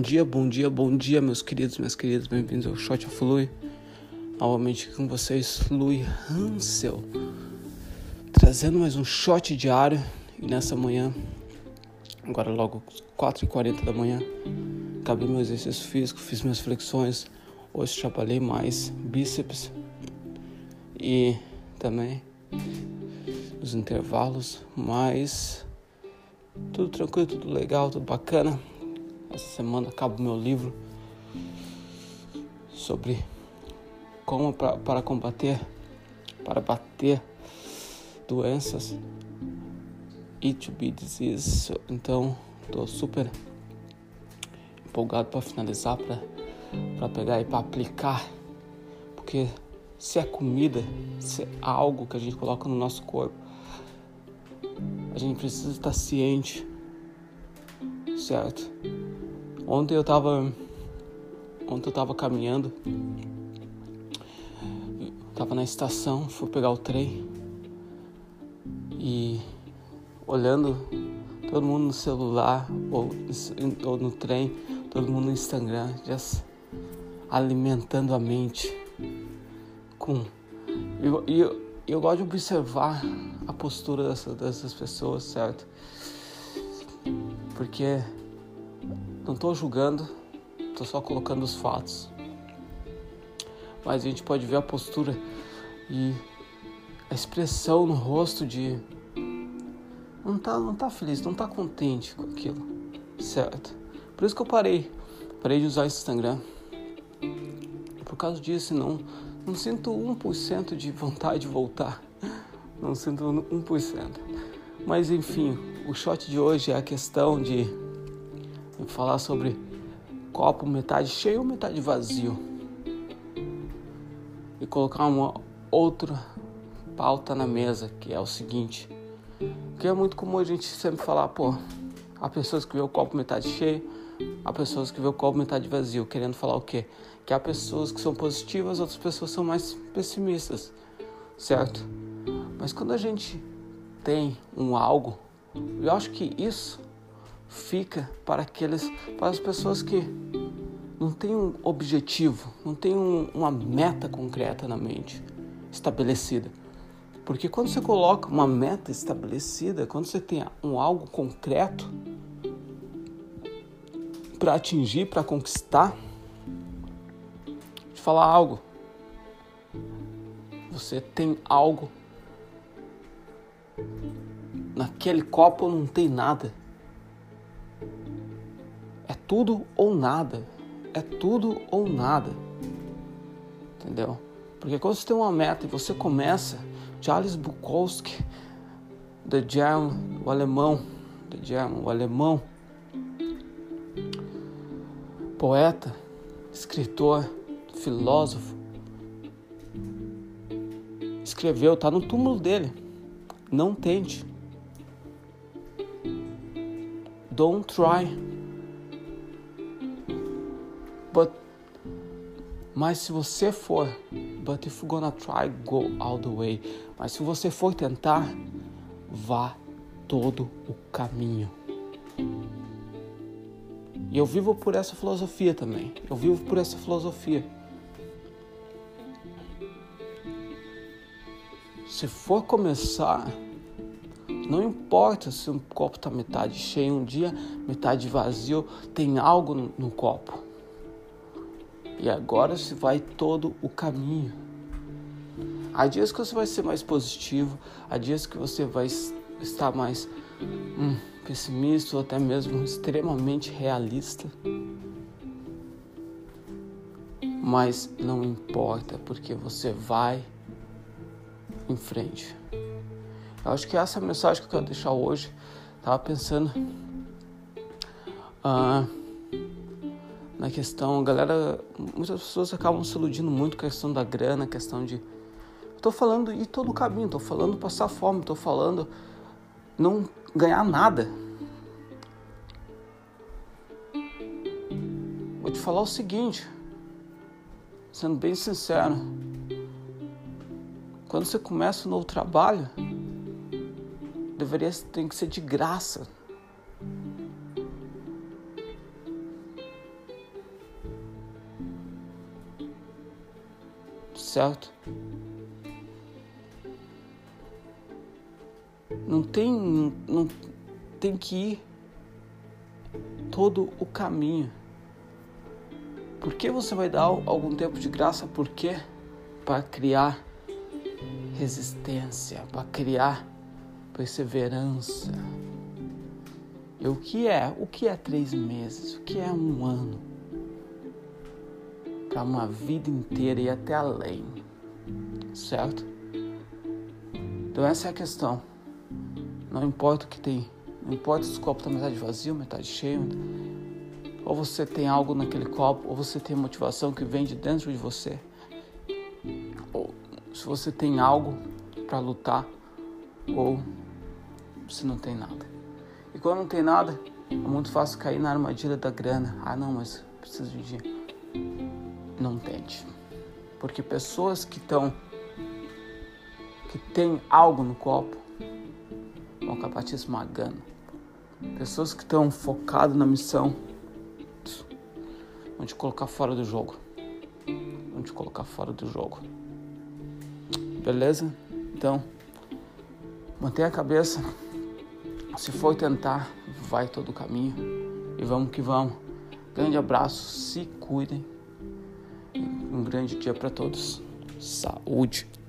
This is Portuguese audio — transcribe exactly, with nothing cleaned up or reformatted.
dia, bom dia, bom dia, meus queridos, minhas queridas, bem-vindos ao Shot of Lui. Novamente com vocês, Lui Hansel, trazendo mais um shot diário. E nessa manhã, agora logo quatro e quarenta da manhã, acabei meu exercício físico, fiz minhas flexões. Hoje trabalhei mais bíceps e também nos intervalos, mas tudo tranquilo, tudo legal, tudo bacana. Essa semana acabo meu livro sobre como pra, para combater, para bater doenças, E to be disease. Então, estou super empolgado para finalizar, para para pegar e para aplicar, porque se é comida, se é algo que a gente coloca no nosso corpo, a gente precisa estar ciente, certo? Ontem eu estava ontem eu estava caminhando, estava na estação, fui pegar o trem e olhando todo mundo no celular ou, ou no trem, todo mundo no Instagram, just alimentando a mente com... E eu, eu, eu gosto de observar a postura dessa, dessas pessoas, certo? Porque não estou julgando, estou só colocando os fatos. Mas a gente pode ver a postura e a expressão no rosto de... Não tá, não tá feliz, não tá contente com aquilo, certo? Por isso que eu parei, parei de usar o Instagram. Por causa disso, não, não sinto um por cento de vontade de voltar. Não sinto um por cento. Mas enfim, o shot de hoje é a questão de, de falar sobre copo metade cheio ou metade vazio. E colocar uma outra pauta na mesa, que é o seguinte. Porque é muito comum a gente sempre falar, pô, há pessoas que vê o copo metade cheio, há pessoas que vê o copo metade vazio, querendo falar o quê? Que há pessoas que são positivas, outras pessoas são mais pessimistas, certo? Mas quando a gente tem um algo, eu acho que isso fica para aqueles, para as pessoas que não têm um objetivo, não têm um, uma meta concreta na mente estabelecida. Porque quando você coloca uma meta estabelecida, quando você tem um algo concreto para atingir, para conquistar, deixa eu falar algo. Você tem algo. Naquele copo não tem nada. É tudo ou nada. É tudo ou nada. Entendeu? Porque quando você tem uma meta e você começa... Charles Bukowski, The German, o alemão, The German, o alemão, poeta, escritor, filósofo, escreveu, tá no túmulo dele, não tente, don't try, but, mas se você for, but if you're gonna try, go all the way. Mas se você for tentar, vá todo o caminho. E eu vivo por essa filosofia também. Eu vivo por essa filosofia. Se for começar, não importa se o copo está metade cheio um dia, metade vazio, tem algo no, no copo. E agora se vai todo o caminho. Há dias que você vai ser mais positivo, há dias que você vai estar mais hum, pessimista ou até mesmo extremamente realista. Mas não importa, porque você vai em frente. Eu acho que essa é a mensagem que eu quero deixar hoje. Estava pensando ah, na questão, galera, muitas pessoas acabam se iludindo muito com a questão da grana, a questão de... Estou falando ir todo o caminho, estou falando passar fome, estou falando não ganhar nada. Vou te falar o seguinte, sendo bem sincero, quando você começa um novo trabalho, deveria tem que ser de graça. certo? Não tem, não tem que ir todo o caminho. Por que você vai dar algum tempo de graça? Por quê? Para criar resistência, para criar perseverança. E o que é? O que é três meses? O que é um ano? Para uma vida inteira e até além, certo? Então essa é a questão. Não importa o que tem, não importa se o copo está metade vazio, metade cheio, ou você tem algo naquele copo, ou você tem motivação que vem de dentro de você, ou se você tem algo para lutar, ou se não tem nada. E quando não tem nada, é muito fácil cair na armadilha da grana. Ah não, mas preciso de dinheiro. Não tente. Porque pessoas que estão, que tem algo no copo, vão acabar te esmagando. Pessoas que estão focadas na missão, vão te colocar fora do jogo. Vão te colocar fora do jogo. Beleza? Então, mantenha a cabeça. Se for tentar, vai todo o caminho. E vamos que vamos. Grande abraço, se cuidem. Um grande dia para todos. Saúde.